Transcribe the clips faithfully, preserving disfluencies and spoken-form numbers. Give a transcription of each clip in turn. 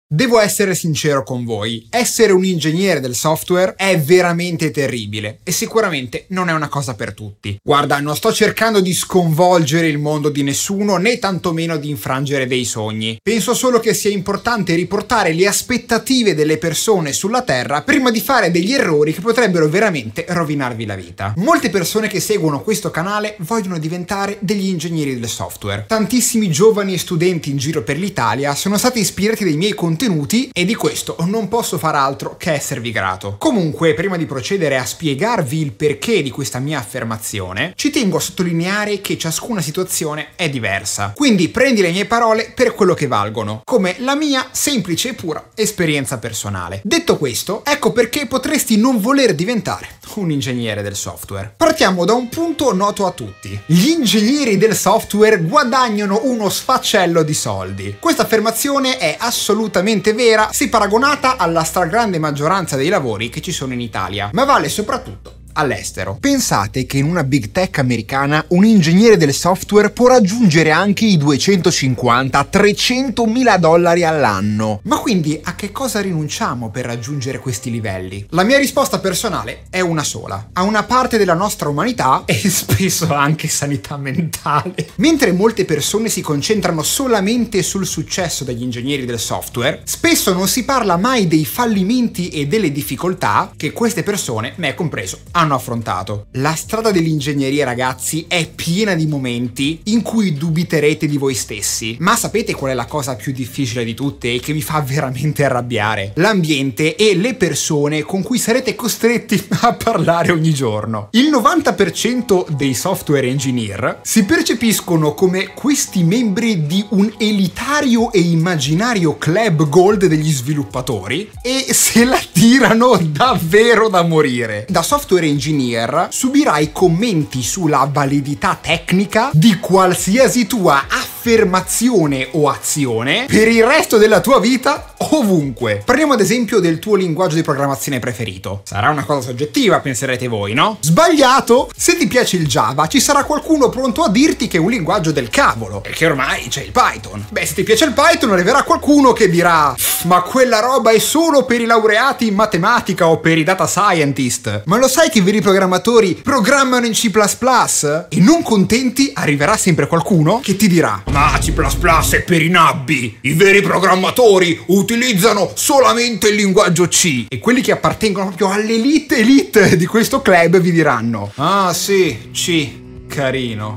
Devo essere sincero con voi, essere un ingegnere del software è veramente terribile e sicuramente non è una cosa per tutti. Guarda, non sto cercando di sconvolgere il mondo di nessuno né tantomeno di infrangere dei sogni. Penso solo che sia importante riportare le aspettative delle persone sulla Terra prima di fare degli errori che potrebbero veramente rovinarvi la vita. Molte persone che seguono questo canale vogliono diventare degli ingegneri del software. Tantissimi giovani studenti in giro per l'Italia sono stati ispirati dai miei contenuti e di questo non posso far altro che esservi grato. Comunque, prima di procedere a spiegarvi il perché di questa mia affermazione, ci tengo a sottolineare che ciascuna situazione è diversa. Quindi prendi le mie parole per quello che valgono, come la mia semplice e pura esperienza personale. Detto questo, ecco perché potresti non voler diventare un ingegnere del software. Partiamo da un punto noto a tutti. Gli ingegneri del software guadagnano uno sfaccello di soldi. Questa affermazione è assolutamente vera se paragonata alla stragrande maggioranza dei lavori che ci sono in Italia, ma vale soprattutto all'estero. Pensate che in una big tech americana un ingegnere del software può raggiungere anche i duecentocinquanta trecentomila dollari all'anno. Ma quindi a che cosa rinunciamo per raggiungere questi livelli? La mia risposta personale è una sola: a una parte della nostra umanità e spesso anche sanità mentale. Mentre molte persone si concentrano solamente sul successo degli ingegneri del software, spesso non si parla mai dei fallimenti e delle difficoltà che queste persone, me compreso, hanno affrontato. La strada dell'ingegneria, ragazzi, è piena di momenti in cui dubiterete di voi stessi. Ma sapete qual è la cosa più difficile di tutte e che mi fa veramente arrabbiare? L'ambiente e le persone con cui sarete costretti a parlare ogni giorno. Il novanta per cento dei software engineer si percepiscono come questi membri di un elitario e immaginario club gold degli sviluppatori e se la tirano davvero da morire. Da software engineer subirai commenti sulla validità tecnica di qualsiasi tua affermazione o azione per il resto della tua vita ovunque. Parliamo ad esempio del tuo linguaggio di programmazione preferito. Sarà una cosa soggettiva, penserete voi, no? Sbagliato! Se ti piace il Java, ci sarà qualcuno pronto a dirti che è un linguaggio del cavolo, perché ormai c'è il Python. Beh, se ti piace il Python, arriverà qualcuno che dirà: ma quella roba è solo per i laureati in matematica o per i data scientist. Ma lo sai che i veri programmatori programmano in C plus plus? E non contenti, arriverà sempre qualcuno che ti dirà: ma C plus plus è per i nabbi, i veri programmatori utilizzano solamente il linguaggio C. E quelli che appartengono proprio all'elite elite di questo club vi diranno: ah sì, C, carino.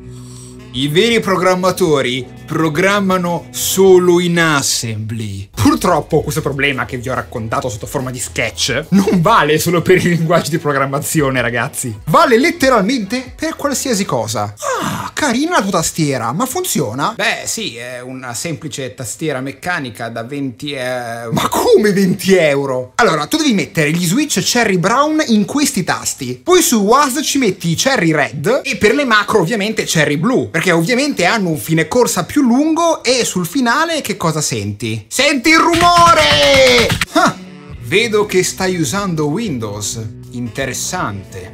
I veri programmatori programmano solo in assembly. Purtroppo questo problema che vi ho raccontato sotto forma di sketch non vale solo per i linguaggi di programmazione, ragazzi. Vale letteralmente per qualsiasi cosa. Ah, carina la tua tastiera, ma funziona? Beh, sì, è una semplice tastiera meccanica da venti euro. Ma come venti euro? Allora, tu devi mettere gli switch Cherry Brown in questi tasti. Poi su W A S D ci metti Cherry Red e per le macro ovviamente Cherry Blue, perché ovviamente hanno un fine corsa più lungo e sul finale che cosa senti? Senti il rumore! Ah, vedo che stai usando Windows. Interessante.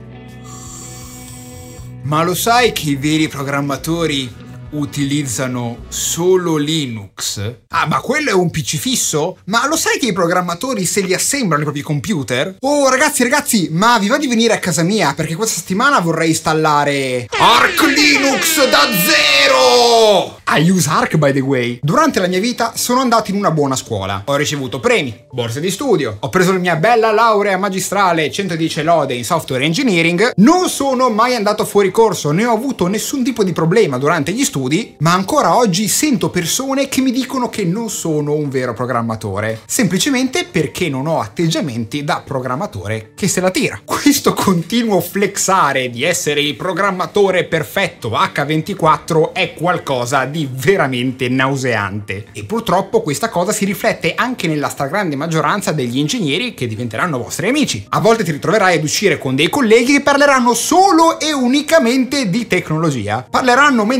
Ma lo sai che i veri programmatori utilizzano solo Linux? Ah, ma quello è un P C fisso? Ma lo sai che i programmatori se li assemblano i propri computer? Oh ragazzi ragazzi, ma vi va di venire a casa mia perché questa settimana vorrei installare Arch Linux da zero! I use Arch, by the way. Durante la mia vita sono andato in una buona scuola. Ho ricevuto premi, borse di studio, ho preso la mia bella laurea magistrale centodieci lode in software engineering, non sono mai andato fuori corso, né ho avuto nessun tipo di problema durante gli studi, ma ancora oggi sento persone che mi dicono che non sono un vero programmatore, semplicemente perché non ho atteggiamenti da programmatore che se la tira. Questo continuo flexare di essere il programmatore perfetto acca ventiquattro è qualcosa di di veramente nauseante e purtroppo questa cosa si riflette anche nella stragrande maggioranza degli ingegneri che diventeranno vostri amici. A volte ti ritroverai ad uscire con dei colleghi che parleranno solo e unicamente di tecnologia, parleranno mentre mangiate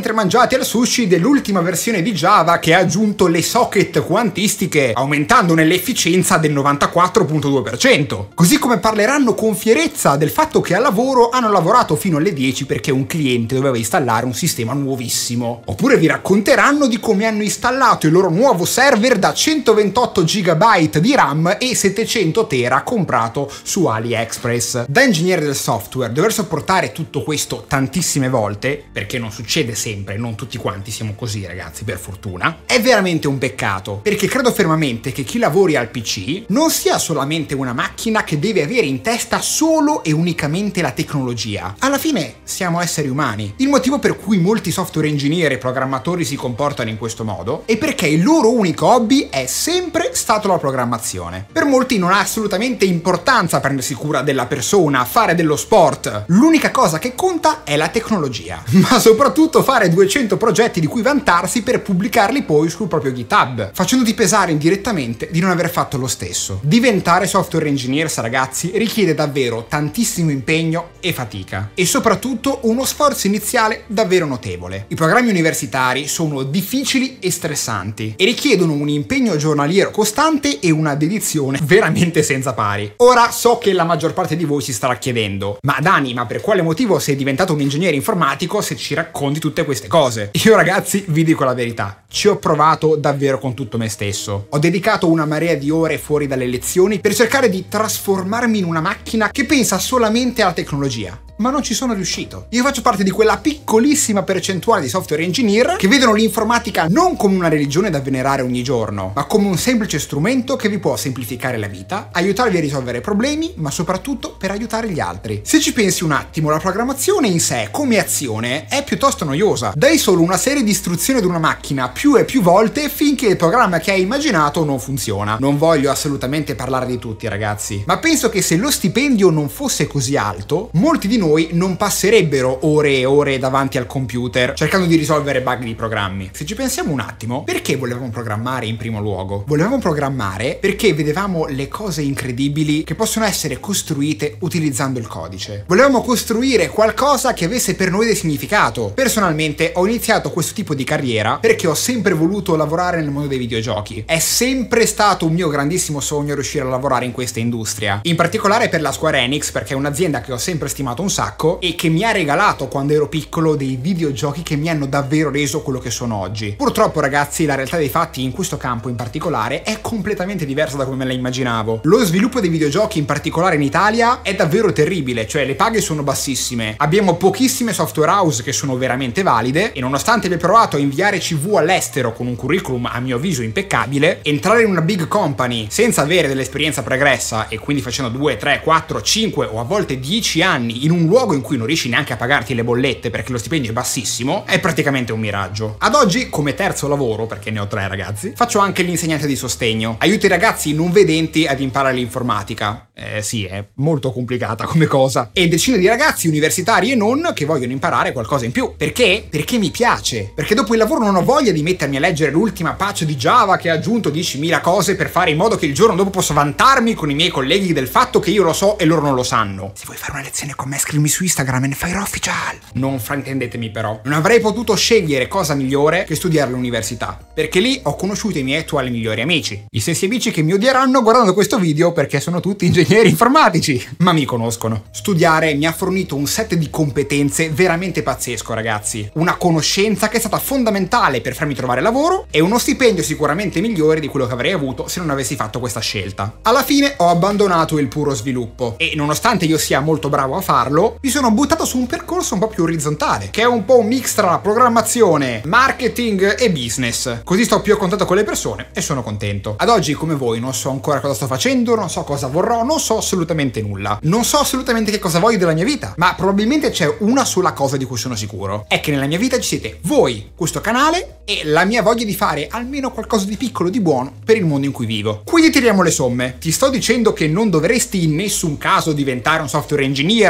abituati al sushi dell'ultima versione di Java che ha aggiunto le socket quantistiche, aumentandone l'efficienza del novantaquattro virgola due per cento. Così come parleranno con fierezza del fatto che al lavoro hanno lavorato fino alle dieci perché un cliente doveva installare un sistema nuovissimo. Oppure vi racconteranno di come hanno installato il loro nuovo server da centoventotto giga di RAM e settecento tera comprato su AliExpress. Da ingegnere del software, dover sopportare tutto questo tantissime volte, perché non succede sempre, non tutti quanti siamo così ragazzi, per fortuna, è veramente un peccato, perché credo fermamente che chi lavori al P C non sia solamente una macchina che deve avere in testa solo e unicamente la tecnologia. Alla fine siamo esseri umani. Il motivo per cui molti software engineer e programmatori si comportano in questo modo è perché il loro unico hobby è sempre stato la programmazione. Per molti non ha assolutamente importanza prendersi cura della persona, fare dello sport. L'unica cosa che conta è la tecnologia. Ma soprattutto fare duecento progetti di cui vantarsi per pubblicarli poi sul proprio GitHub, facendoti pesare indirettamente di non aver fatto lo stesso. Diventare software engineers, ragazzi, richiede davvero tantissimo impegno e fatica. E soprattutto uno sforzo iniziale davvero notevole. I programmi universitari sono difficili e stressanti e richiedono un impegno giornaliero costante e una dedizione veramente senza pari. Ora so che la maggior parte di voi si starà chiedendo: ma Dani, ma per quale motivo sei diventato un ingegnere informatico se ci racconti tutte queste cose? Io ragazzi vi dico la verità, ci ho provato davvero con tutto me stesso. Ho dedicato una marea di ore fuori dalle lezioni per cercare di trasformarmi in una macchina che pensa solamente alla tecnologia. Ma non ci sono riuscito. Io faccio parte di quella piccolissima percentuale di software engineer che vedono l'informatica non come una religione da venerare ogni giorno, ma come un semplice strumento che vi può semplificare la vita, aiutarvi a risolvere problemi, ma soprattutto per aiutare gli altri. Se ci pensi un attimo, la programmazione in sé, come azione, è piuttosto noiosa. Dai solo una serie di istruzioni ad una macchina più e più volte finché il programma che hai immaginato non funziona. Non voglio assolutamente parlare di tutti, ragazzi, ma penso che se lo stipendio non fosse così alto, molti di noi Noi non passerebbero ore e ore davanti al computer cercando di risolvere bug di programmi. Se ci pensiamo un attimo, perché volevamo programmare in primo luogo? Volevamo programmare perché vedevamo le cose incredibili che possono essere costruite utilizzando il codice. Volevamo costruire qualcosa che avesse per noi del significato. Personalmente ho iniziato questo tipo di carriera perché ho sempre voluto lavorare nel mondo dei videogiochi. È sempre stato un mio grandissimo sogno riuscire a lavorare in questa industria. In particolare per la Square Enix, perché è un'azienda che ho sempre stimato un sacco e che mi ha regalato quando ero piccolo dei videogiochi che mi hanno davvero reso quello che sono oggi. Purtroppo ragazzi, la realtà dei fatti in questo campo in particolare è completamente diversa da come me la immaginavo. Lo sviluppo dei videogiochi in particolare in Italia è davvero terribile, cioè le paghe sono bassissime, abbiamo pochissime software house che sono veramente valide e nonostante abbia provato a inviare C V all'estero con un curriculum a mio avviso impeccabile, entrare in una big company senza avere dell'esperienza pregressa e quindi facendo due, tre, quattro, cinque o a volte dieci anni in un luogo in cui non riesci neanche a pagarti le bollette perché lo stipendio è bassissimo, è praticamente un miraggio. Ad oggi, come terzo lavoro, perché ne ho tre ragazzi, faccio anche l'insegnante di sostegno. Aiuto i ragazzi non vedenti ad imparare l'informatica. Eh sì, è molto complicata come cosa. E decine di ragazzi universitari e non che vogliono imparare qualcosa in più. Perché? Perché mi piace. Perché dopo il lavoro non ho voglia di mettermi a leggere l'ultima patch di Java che ha aggiunto diecimila cose per fare in modo che il giorno dopo possa vantarmi con i miei colleghi del fatto che io lo so e loro non lo sanno. Se vuoi fare una lezione con me, scrivimi su Instagram e ne fai official. Non fraintendetemi però, non avrei potuto scegliere cosa migliore che studiare all'università, perché lì ho conosciuto i miei attuali migliori amici, gli stessi amici che mi odieranno guardando questo video perché sono tutti ingegneri informatici, ma mi conoscono. Studiare mi ha fornito un set di competenze veramente pazzesco ragazzi, una conoscenza che è stata fondamentale per farmi trovare lavoro e uno stipendio sicuramente migliore di quello che avrei avuto se non avessi fatto questa scelta. Alla fine ho abbandonato il puro sviluppo e nonostante io sia molto bravo a farlo, mi sono buttato su un percorso un po' più orizzontale, che è un po' un mix tra programmazione, marketing e business. Così sto più a contatto con le persone e sono contento. Ad oggi, come voi, non so ancora cosa sto facendo, non so cosa vorrò, non so assolutamente nulla. Non so assolutamente che cosa voglio della mia vita, ma probabilmente c'è una sola cosa di cui sono sicuro. È che nella mia vita ci siete voi, questo canale e la mia voglia di fare almeno qualcosa di piccolo, di buono per il mondo in cui vivo. Quindi tiriamo le somme. Ti sto dicendo che non dovresti in nessun caso diventare un software engineer perché siamo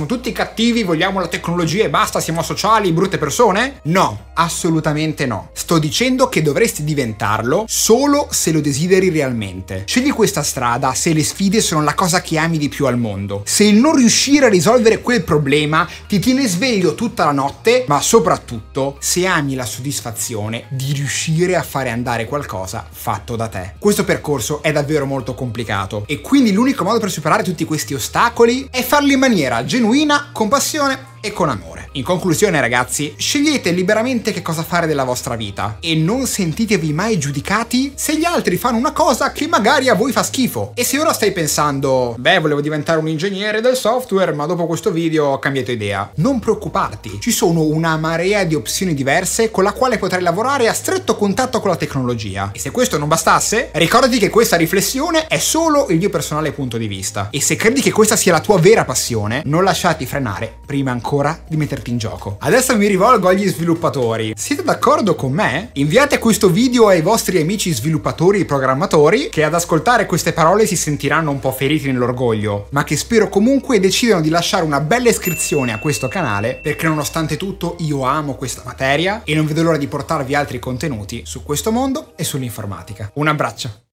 tutti cattivi, vogliamo la tecnologia e basta, siamo sociali, brutte persone? No, assolutamente no. Sto dicendo che dovresti diventarlo solo se lo desideri realmente. Scegli questa strada se le sfide sono la cosa che ami di più al mondo. Se il non riuscire a risolvere quel problema ti tiene sveglio tutta la notte, ma soprattutto se ami la soddisfazione di riuscire a fare andare qualcosa fatto da te. Questo percorso è davvero molto complicato e quindi l'unico modo per superare tutti questi ostacoli è farlo in maniera genuina, con passione e con amore. In conclusione, ragazzi, scegliete liberamente che cosa fare della vostra vita e non sentitevi mai giudicati se gli altri fanno una cosa che magari a voi fa schifo. E se ora stai pensando, beh, volevo diventare un ingegnere del software, ma dopo questo video ho cambiato idea, non preoccuparti, ci sono una marea di opzioni diverse con la quale potrai lavorare a stretto contatto con la tecnologia. E se questo non bastasse, ricordati che questa riflessione è solo il mio personale punto di vista. E se credi che questa sia la tua vera passione, non lasciarti frenare prima ancora ancora di metterti in gioco. Adesso mi rivolgo agli sviluppatori. Siete d'accordo con me? Inviate questo video ai vostri amici sviluppatori e programmatori che ad ascoltare queste parole si sentiranno un po' feriti nell'orgoglio, ma che spero comunque decidano di lasciare una bella iscrizione a questo canale, perché nonostante tutto io amo questa materia e non vedo l'ora di portarvi altri contenuti su questo mondo e sull'informatica. Un abbraccio!